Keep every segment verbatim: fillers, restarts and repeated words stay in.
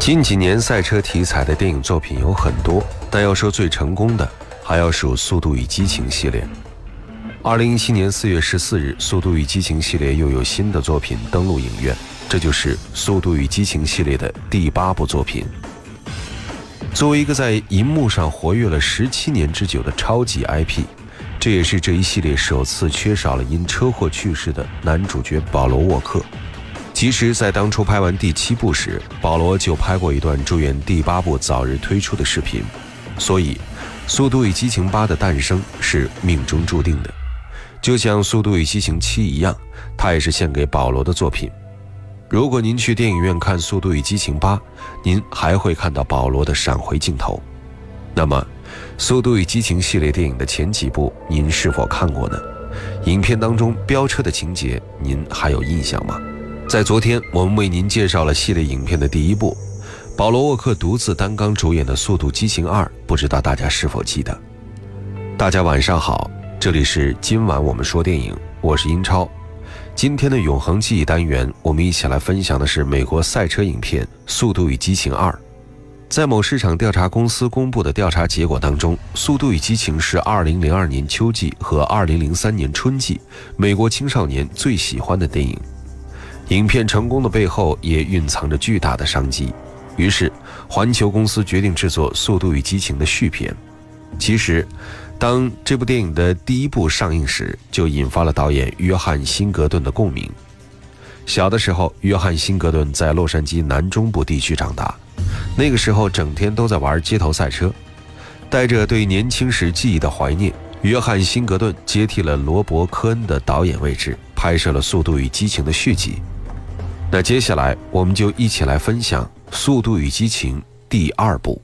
近几年赛车题材的电影作品有很多，但要说最成功的，还要数《速度与激情》系列。二零一七年四月十四日，《速度与激情》系列又有新的作品登陆影院，这就是《速度与激情》系列的第八部作品。作为一个在银幕上活跃了十七年之久的超级 I P， 这也是这一系列首次缺少了因车祸去世的男主角保罗·沃克。其实在当初拍完第七部时，保罗就拍过一段祝愿第八部早日推出的视频，所以《速度与激情八》的诞生是命中注定的。就像《速度与激情七》一样，它也是献给保罗的作品。如果您去电影院看《速度与激情八》，您还会看到保罗的闪回镜头。那么，《速度与激情》系列电影的前几部您是否看过呢？影片当中飙车的情节，您还有印象吗？在昨天，我们为您介绍了系列影片的第一部，保罗·沃克独自担纲主演的《速度激情二》，不知道大家是否记得？大家晚上好，这里是今晚我们说电影，我是英超。今天的永恒记忆单元，我们一起来分享的是美国赛车影片《速度与激情二》。在某市场调查公司公布的调查结果当中，《速度与激情》是二零零二年秋季和二零零三年春季美国青少年最喜欢的电影。影片成功的背后也蕴藏着巨大的商机，于是环球公司决定制作《速度与激情》的续篇。其实当这部电影的第一部上映时，就引发了导演约翰·辛格顿的共鸣。小的时候，约翰·辛格顿在洛杉矶南中部地区长大，那个时候整天都在玩街头赛车。带着对年轻时记忆的怀念，约翰·辛格顿接替了罗伯·科恩的导演位置，拍摄了《速度与激情》的续集。那接下来我们就一起来分享《速度与激情》第二部。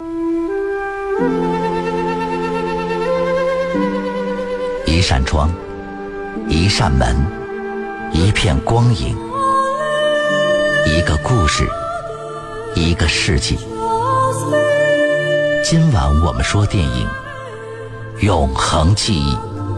一扇窗，一扇门，一片光影，一个故事，一个世纪。今晚我们说电影，永恒记忆。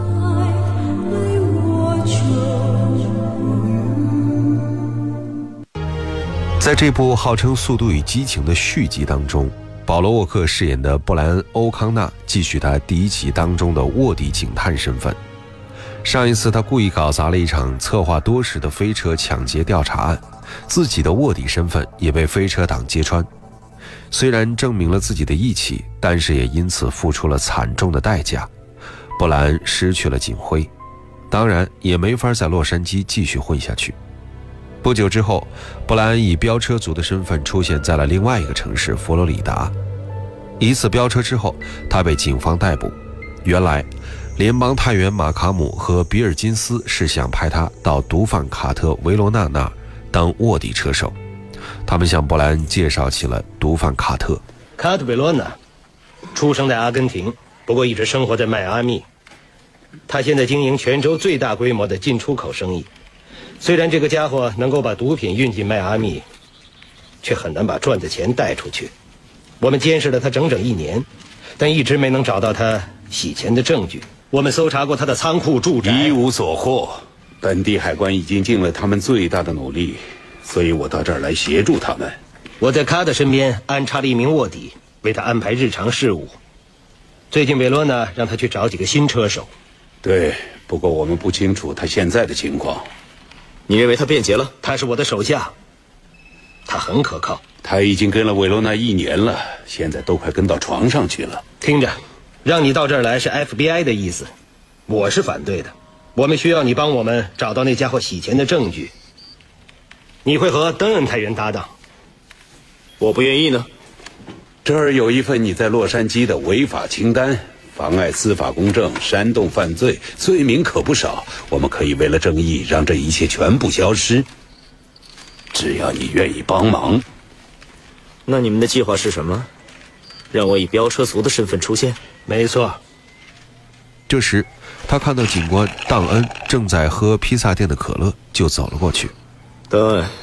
在这部号称《速度与激情》的续集当中，保罗·沃克饰演的布莱恩·欧康纳继续他第一集当中的卧底警探身份。上一次他故意搞砸了一场策划多时的飞车抢劫调查案，自己的卧底身份也被飞车党揭穿。虽然证明了自己的义气，但是也因此付出了惨重的代价。布莱恩失去了警徽，当然也没法在洛杉矶继续混下去。不久之后，布莱恩以飙车族的身份出现在了另外一个城市佛罗里达。一次飙车之后，他被警方逮捕。原来，联邦探员马卡姆和比尔金斯是想派他到毒贩卡特维罗纳那儿当卧底车手。他们向布莱恩介绍起了毒贩卡特。 卡特维罗纳出生在阿根廷，不过一直生活在迈阿密。他现在经营全州最大规模的进出口生意。虽然这个家伙能够把毒品运进迈阿密，却很难把赚的钱带出去。我们监视了他整整一年，但一直没能找到他洗钱的证据。我们搜查过他的仓库、住宅， 一无所获。本地海关已经尽了他们最大的努力，所以我到这儿来协助他们。 我在卡特身边安插了一名卧底，为他安排日常事务。最近维罗纳让他去找几个新车手。 对，不过我们不清楚他现在的情况。 你认为他变节了？他是我的手下，他很可靠。 他已经跟了韦罗纳一年了，现在都快跟到床上去了。 听着，让你到这儿来是 F B I 的意思，我是反对的。我们需要你帮我们找到那家伙洗钱的证据。你会和登恩太原搭档？ 我不愿意呢。 这儿有一份你在洛杉矶的违法清单。妨碍司法公正、煽动犯罪，罪名可不少。我们可以为了正义，让这一切全部消失。只要你愿意帮忙。 那你们的计划是什么？让我以飙车族的身份出现？ 没错。 这时，他看到警官当恩正在喝披萨店的可乐，就走了过去。 当恩，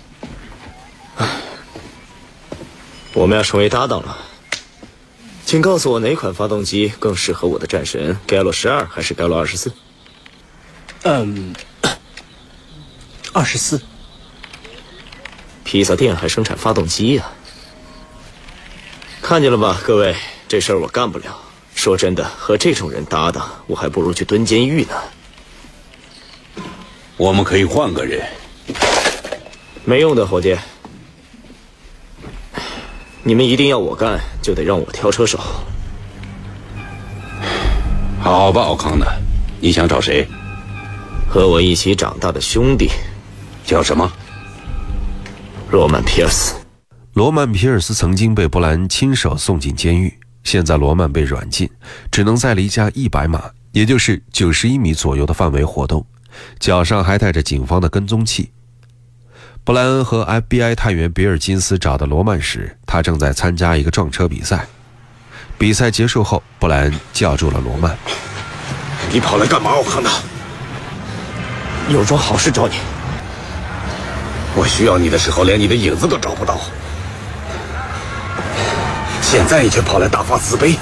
我们要成为搭档了。请告诉我哪款发动机更适合我的战神盖洛十二还是盖洛二十四？ 嗯，二十四。 披萨店还生产发动机呀、啊？ 看见了吧，各位，这事儿我干不了。说真的，和这种人搭档，我还不如去蹲监狱呢。 我们可以换个人。 没用的，伙计。你们一定要我干，就得让我挑车手。 好吧，奥康纳，你想找谁？ 和我一起长大的兄弟。 叫什么？ 罗曼·皮尔斯。 罗曼·皮尔斯曾经被波兰亲手送进监狱，现在罗曼被软禁，只能在离家一百码，也就是九十一米左右的范围活动，脚上还带着警方的跟踪器。布莱恩和 F B I 探员比尔金斯找到罗曼时，他正在参加一个撞车比赛。比赛结束后，布莱恩叫住了罗曼：“ 你跑来干嘛，奥康纳？ 有桩好事找你。 我需要你的时候，连你的影子都找不到。现在你却跑来大发慈悲。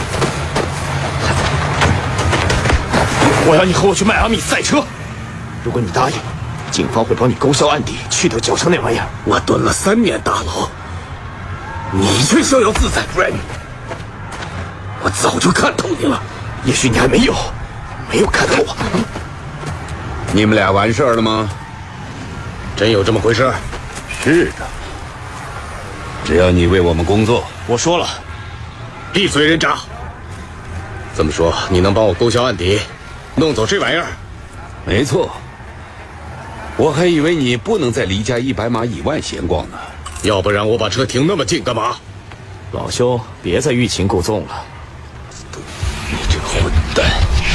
我要你和我去迈阿密赛车。如果你答应，警方会帮你勾销案底，去掉脚上那玩意儿。我蹲了三年大牢，你却逍遥自在 ，Brand。我早就看透你了，也许你还没有，没有看透我。 你们俩完事儿了吗？ 真有这么回事？ 是的。只要你为我们工作， 我说了，闭嘴，人渣！这么说，你能帮我勾销案底，弄走这玩意儿？ 没错。我还以为你不能在离家一百码以外闲逛呢。 要不然我把车停那么近干嘛？ 老兄，别再欲擒故纵了。 你这个混蛋！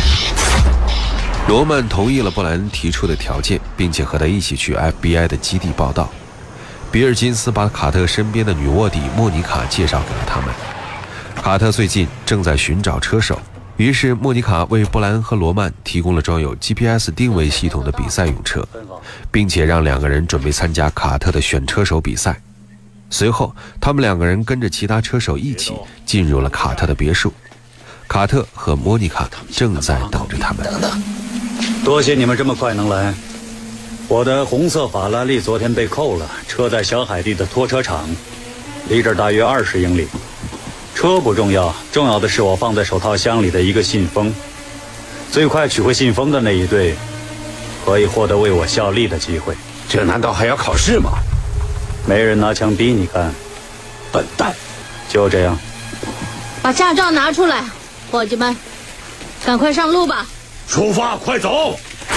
罗曼同意了布莱恩提出的条件，并且和他一起去 F B I 的基地报道。比尔金斯把卡特身边的女卧底莫妮卡介绍给了他们。卡特最近正在寻找车手，于是莫妮卡为布莱恩和罗曼提供了装有 G P S 定位系统的比赛用车，并且让两个人准备参加卡特的选车手比赛。随后，他们两个人跟着其他车手一起进入了卡特的别墅。卡特和莫妮卡正在等着他们。 多谢你们这么快能来。我的红色法拉利昨天被扣了，车在小海地的拖车场，离这儿大约二十英里。车不重要，重要的是我放在手套箱里的一个信封。最快取回信封的那一队，可以获得为我效力的机会。 这难道还要考试吗？ 没人拿枪逼你干， 笨蛋！ 就这样。 把驾照拿出来，伙计们，赶快上路吧！ 出发，快走！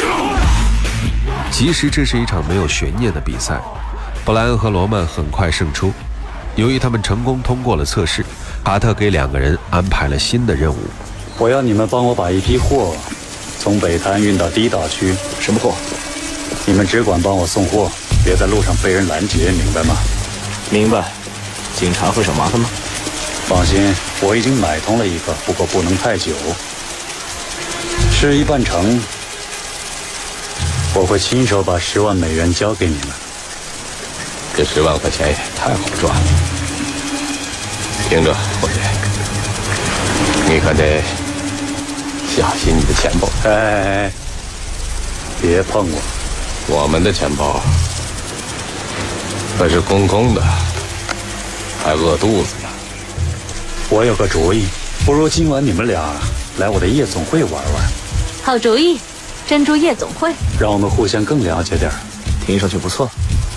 其实这是一场没有悬念的比赛，布莱恩和罗曼很快胜出。由于他们成功通过了测试，卡特给两个人安排了新的任务。 我要你们帮我把一批货从北滩运到低岛区。 什么货？ 你们只管帮我送货，别在路上被人拦截，明白吗？ 明白。警察会找麻烦吗？ 放心，我已经买通了一个，不过不能太久。事一办成，我会亲手把十万美元交给你们。 这十万块钱也太好赚了。听着，伙计，你可得小心你的钱包。 哎哎哎，别碰我！ 我们的钱包可是空空的，还饿肚子呢。 我有个主意，不如今晚你们俩来我的夜总会玩玩。 好主意，珍珠夜总会， 让我们互相更了解点儿。 听上去不错。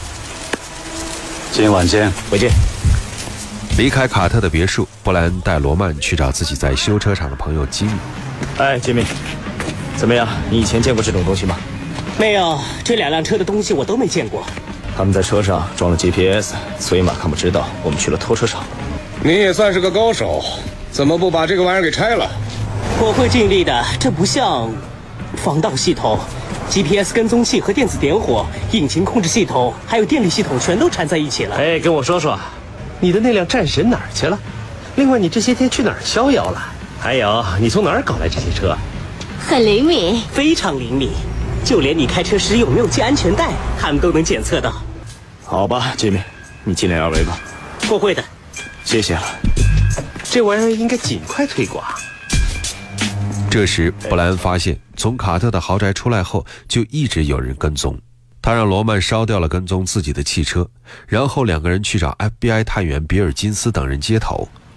今晚见， 回见。 离开卡特的别墅，布莱恩带罗曼去找自己在修车厂的朋友吉米。 哎，吉米，怎么样？你以前见过这种东西吗？ 没有，这两辆车的东西我都没见过。 他们在车上装了 G P S， 所以马看不知道我们去了拖车厂。 你也算是个高手，怎么不把这个玩意儿给拆了？ 我会尽力的，这不像防盗系统、G P S 跟踪器和电子点火、引擎控制系统，还有电力系统全都缠在一起了。 哎，跟我说说，你的那辆战神哪儿去了？另外，你这些天去哪儿逍遥了？还有，你从哪儿搞来这些车？ 很灵敏， 非常灵敏，就连你开车时有没有系安全带，他们都能检测到。 好吧，吉米，你尽量而为吧。 我会的， 谢谢了。 这玩意儿应该尽快推广。 这时，布莱恩发现从卡特的豪宅出来后，就一直有人跟踪。他让罗曼烧掉了跟踪自己的汽车，然后两个人去找 F B I 探员比尔金斯等人接头。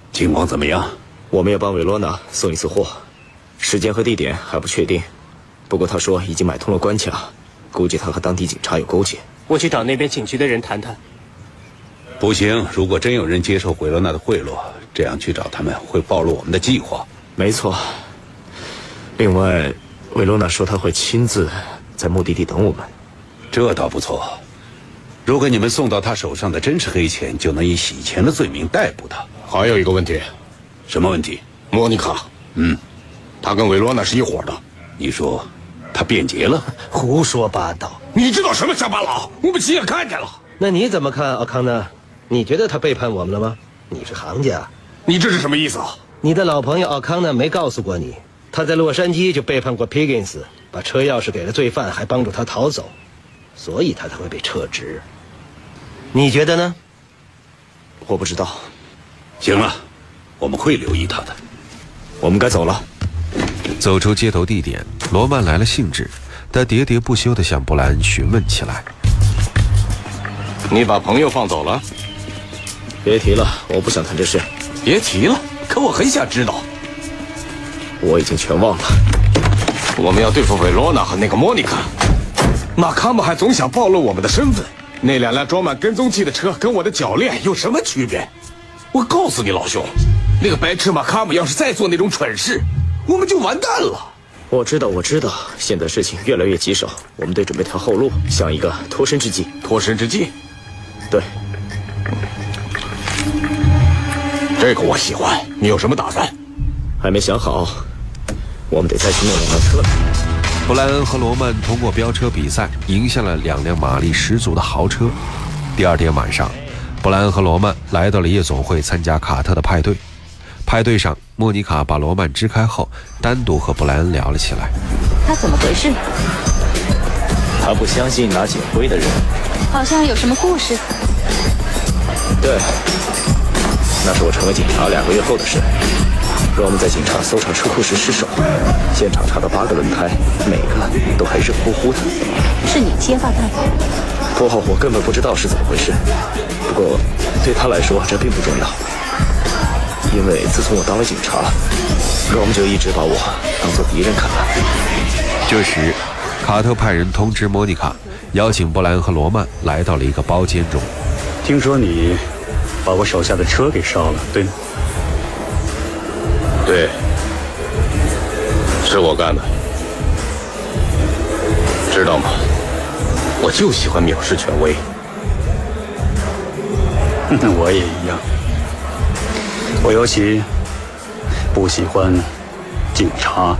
情况怎么样？ 我们要帮韦罗娜送一次货，时间和地点还不确定。不过他说已经买通了关卡，估计他和当地警察有勾结。 我去找那边警局的人谈谈。 不行，如果真有人接受韦罗娜的贿赂，这样去找他们会暴露我们的计划。 没错。另外，韦罗娜说他会亲自在目的地等我们。 这倒不错。如果你们送到他手上的真是黑钱，就能以洗钱的罪名逮捕他。 还有一个问题。 什么问题？ 莫妮卡。 嗯， 他跟韦罗娜是一伙的。 你说他变节了？ 胡说八道！ 你知道什么乡巴佬？我们亲眼看见了。 那你怎么看，奥康纳？你觉得他背叛我们了吗？你是行家。 你这是什么意思啊？ 你的老朋友奥康纳没告诉过你，他在洛杉矶就背叛过 Piggins， 把车钥匙给了罪犯，还帮助他逃走，所以他才会被撤职。你觉得呢？ 我不知道。 行了，我们会留意他的。 我们该走了。 走出接头地点，罗曼来了兴致，他喋喋不休地向布莱恩询问起来。 你把朋友放走了？ 别提了，我不想谈这事。 别提了，可我很想知道。 我已经全忘了。 我们要对付韦罗娜和那个莫妮卡。马卡姆还总想暴露我们的身份。那两辆装满跟踪器的车跟我的铰链有什么区别？我告诉你，老兄，那个白痴马卡姆要是再做那种蠢事，我们就完蛋了。 我知道，我知道，现在事情越来越棘手，我们得准备条后路，想一个脱身之计。 脱身之计？ 对。 这个我喜欢。你有什么打算？ 还没想好。我们得再去弄两辆车来。 布莱恩和罗曼通过飙车比赛赢下了两辆马力十足的豪车。第二天晚上，布莱恩和罗曼来到了夜总会参加卡特的派对。派对上，莫妮卡把罗曼支开后，单独和布莱恩聊了起来。 他怎么回事？ 他不相信拿警徽的人。 好像有什么故事。 对，那是我成为警察两个月后的事。罗曼在警察搜查车库时失手，现场查到八个轮胎，每个都还热乎乎的。 是你揭发他的？ 不，我根本不知道是怎么回事。不过对他来说这并不重要，因为自从我当了警察，罗曼就一直把我当作敌人看待。 这时，卡特派人通知莫妮卡，邀请布莱恩和罗曼来到了一个包间中。 听说你把我手下的车给烧了，对吗？ 对，是我干的。知道吗？我就喜欢藐视权威。 我也一样。我尤其不喜欢警察。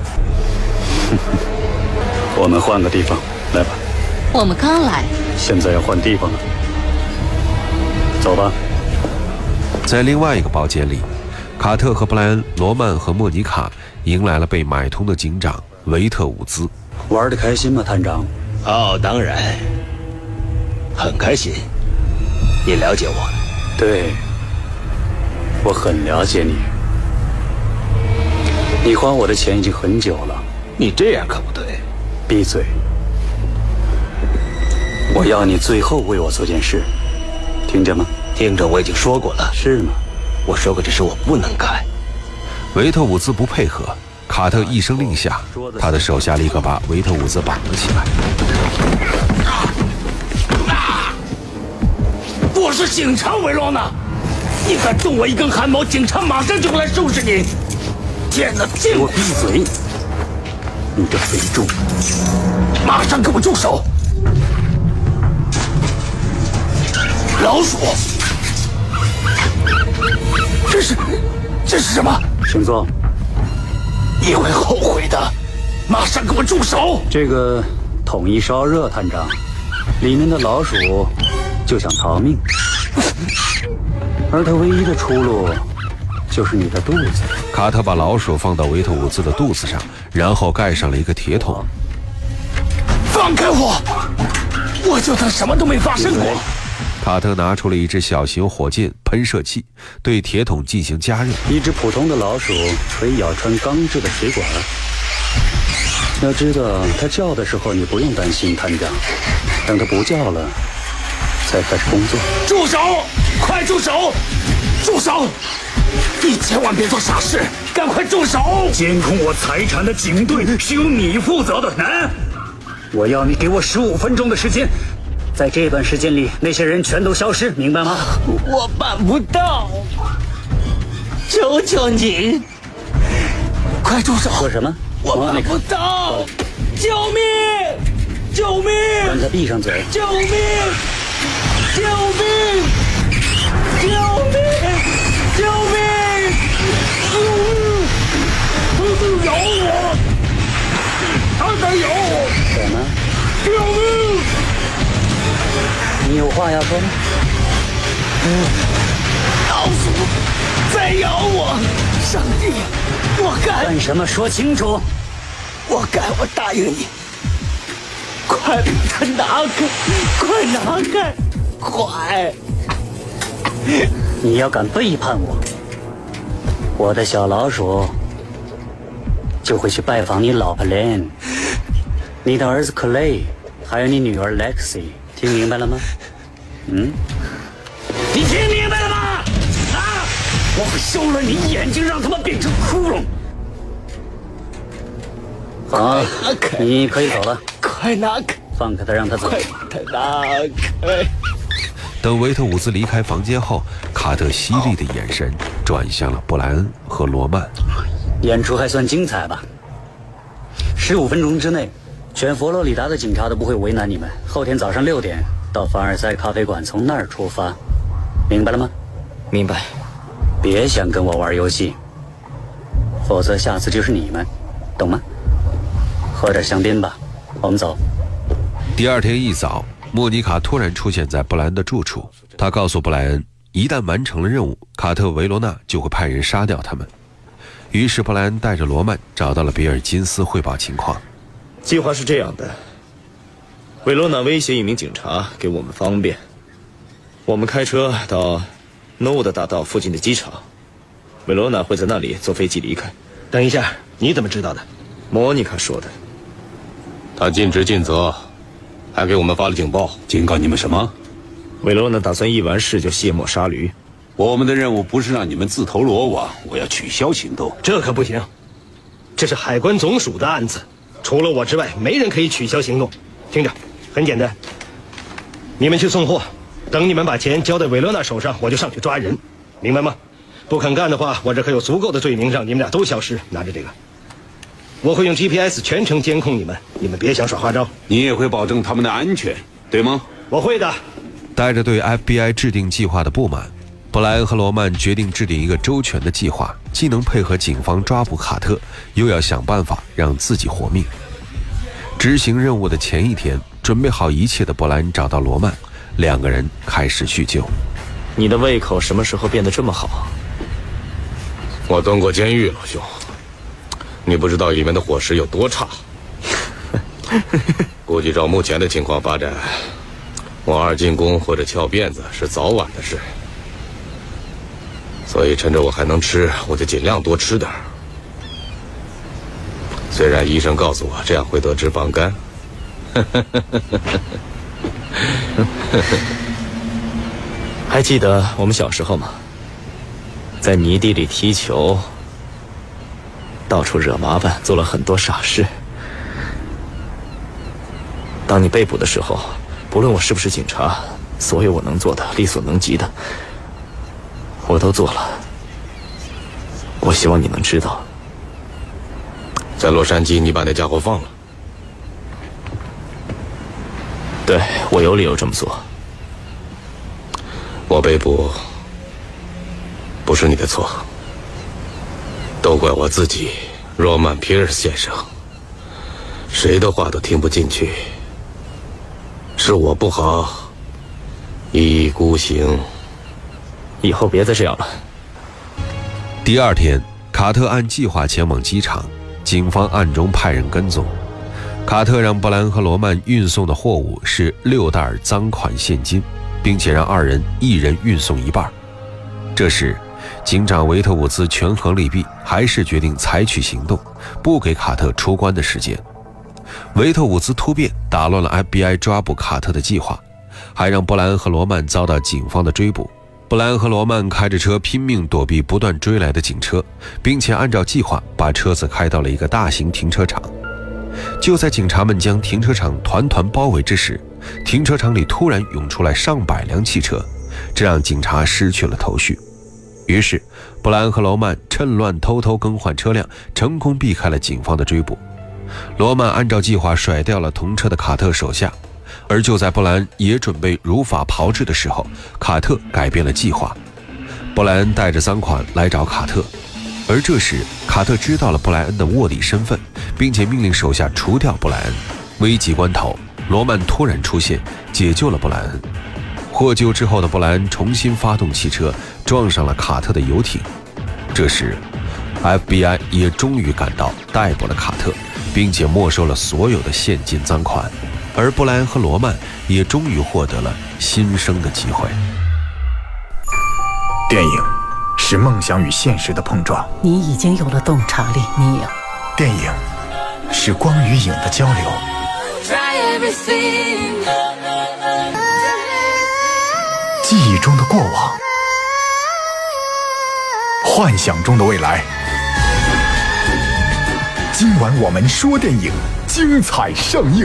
我们换个地方，来吧。 我们刚来。 现在要换地方了。走吧。 在另外一个包间里，卡特和布莱恩、罗曼和莫妮卡迎来了被买通的警长维特伍兹。 玩得开心吗，探长？ 哦，当然，很开心。你了解我？ 对，我很了解你。你还我的钱已经很久了。 你这样可不对。 闭嘴！我要你最后为我做件事，听着吗？ 听着，我已经说过了。 是吗？ 我说过这事我不能干。 维特伍兹不配合，卡特一声令下，他的手下立刻把维特伍兹绑了起来。 我是警察，维罗娜，你敢动我一根汗毛，警察马上就会来收拾你。天哪！ 给我闭嘴！你这肥猪！ 马上给我住手！老鼠！这是这是什么？ 请坐。 你会后悔的！马上给我住手！ 这个统一烧热，探长，里面的老鼠就想逃命，而它唯一的出路就是你的肚子。 卡特把老鼠放到维特伍兹的肚子上，然后盖上了一个铁桶。 放开我！我就当什么都没发生过。 卡特拿出了一支小型火箭喷射器，对铁桶进行加热。 一只普通的老鼠可以咬穿钢制的水管。要知道，它叫的时候你不用担心，探长。等它不叫了，才开始工作。 住手！快住手！住手！ 你千万别做傻事，赶快住手！ 监控我财产的警队是由你负责的，南。我要你给我十五分钟的时间，在这段时间里，那些人全都消失，明白吗？ 我办不到，求求你，快住手！ 说什么？ 我办不到！救命！救命！ 让他闭上嘴！ 救命！救命！救命！救命！救命！他在咬我！他在咬我！ 什么？ 救命！ 你有话要说吗？ 老鼠在咬我！上帝，我敢！ 干什么？说清楚！ 我敢！我答应你！快把它拿开！快拿开！快！ 你要敢背叛我，我的小老鼠就会去拜访你老婆 Lane， 你的儿子 Clay， 还有你女儿 Lexi， 听明白了吗？嗯？ 你听明白了吗？啊！ 我会收了你眼睛，让他们变成窟窿。好，你可以走了。 快拿开！ 放开他，让他走。 快把他拿开！ 等维特伍兹离开房间后，卡特犀利的眼神转向了布莱恩和罗曼。 演出还算精彩吧？十五分钟之内，全佛罗里达的警察都不会为难你们。后天早上六点到凡尔赛咖啡馆，从那儿出发，明白了吗？ 明白。 别想跟我玩游戏，否则下次就是你们，懂吗？喝点香槟吧，我们走。 第二天一早，莫妮卡突然出现在布莱恩的住处。她告诉布莱恩，一旦完成了任务，卡特维罗纳就会派人杀掉他们。于是布莱恩带着罗曼找到了比尔金斯汇报情况。 计划是这样的，维罗纳威胁一名警察给我们方便，我们开车到诺沃德大道附近的机场，维罗纳会在那里坐飞机离开。 等一下，你怎么知道的？ 莫妮卡说的。 他尽职尽责，还给我们发了警报， 警告你们什么？ 维罗纳打算一完事就卸磨杀驴。 我们的任务不是让你们自投罗网，我要取消行动。 这可不行，这是海关总署的案子，除了我之外，没人可以取消行动。听着，很简单，你们去送货，等你们把钱交在韦罗纳手上，我就上去抓人，明白吗？不肯干的话，我这可有足够的罪名让你们俩都消失。拿着这个，我会用 G P S 全程监控你们，你们别想耍花招。 你也会保证他们的安全，对吗？ 我会的。 带着对 F B I 制定计划的不满，布莱恩和罗曼决定制定一个周全的计划，既能配合警方抓捕卡特，又要想办法让自己活命。执行任务的前一天，准备好一切的布莱恩找到罗曼，两个人开始叙旧。 你的胃口什么时候变得这么好？ 我蹲过监狱，老兄，你不知道里面的伙食有多差。估计照目前的情况发展，我二进宫或者翘辫子是早晚的事。所以趁着我还能吃，我就尽量多吃点。虽然医生告诉我这样会得脂肪肝。 还记得我们小时候吗？在泥地里踢球，到处惹麻烦，做了很多傻事。当你被捕的时候，不论我是不是警察，所有我能做的、力所能及的，我都做了。我希望你能知道。 在洛杉矶，你把那家伙放了。 对，我有理由这么做。 我被捕不是你的错，都怪我自己，罗曼·皮尔斯先生。谁的话都听不进去，是我不好，一意孤行。 以后别再这样了。 第二天，卡特按计划前往机场，警方暗中派人跟踪。卡特让布兰和罗曼运送的货物是六袋赃款现金，并且让二人一人运送一半。这时，警长维特伍兹权衡利弊，还是决定采取行动，不给卡特出关的时间。维特伍兹突变，打乱了 F B I 抓捕卡特的计划，还让布莱恩和罗曼遭到警方的追捕。 布莱恩和罗曼开着车拼命躲避不断追来的警车，并且按照计划把车子开到了一个大型停车场。就在警察们将停车场团团包围之时，停车场里突然涌出来上百辆汽车，这让警察失去了头绪。于是布莱恩和罗曼趁乱偷偷更换车辆，成功避开了警方的追捕。罗曼按照计划甩掉了同车的卡特手下，而就在布莱恩也准备如法炮制的时候，卡特改变了计划。布莱恩带着赃款来找卡特，而这时卡特知道了布莱恩的卧底身份，并且命令手下除掉布莱恩。危急关头，罗曼突然出现，解救了布莱恩。获救之后的布莱恩重新发动汽车，撞上了卡特的游艇。这时 F B I 也终于赶到，逮捕了卡特，并且没收了所有的现金赃款，而布莱恩和罗曼也终于获得了新生的机会。 电影是梦想与现实的碰撞， 你已经有了洞察力，你有。 电影是光与影的交流，记忆中的过往，幻想中的未来。今晚我们说电影，精彩上映。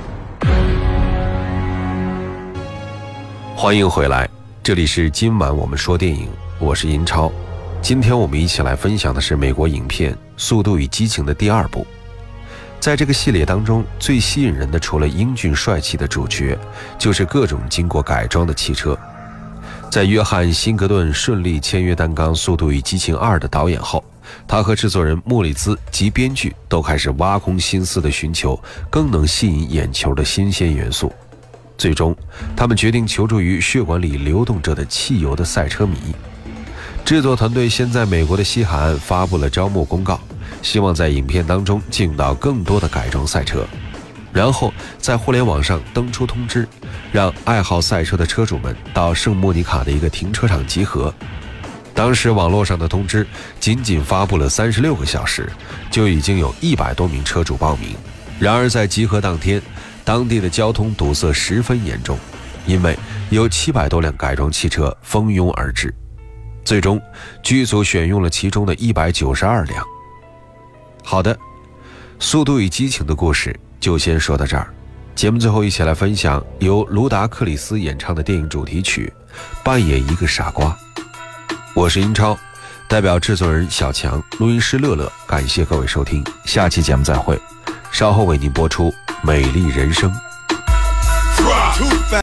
欢迎回来，这里是今晚我们说电影，我是银超。今天我们一起来分享的是美国影片《速度与激情》的第二部。在这个系列当中，最吸引人的除了英俊帅气的主角，就是各种经过改装的汽车。在约翰·辛格顿顺利签约担纲《速度与激情二》的导演后，他和制作人莫里兹及编剧都开始挖空心思地寻求更能吸引眼球的新鲜元素。最终，他们决定求助于血管里流动着的汽油的赛车迷。制作团队先在美国的西海岸发布了招募公告，希望在影片当中进入到更多的改装赛车，然后在互联网上登出通知，让爱好赛车的车主们到圣莫尼卡的一个停车场集合。当时网络上的通知仅仅发布了三十六个小时，就已经有一百多名车主报名。然而在集合当天，当地的交通堵塞十分严重，因为有七百多辆改装汽车蜂拥而至。最终剧组选用了其中的一百九十二辆。好的，速度与激情的故事就先说到这儿。节目最后一起来分享由卢达克里斯演唱的电影主题曲《扮演一个傻瓜》。我是英超，代表制作人小强，录音师乐乐，感谢各位收听，下期节目再会。稍后为您播出《美丽人生》。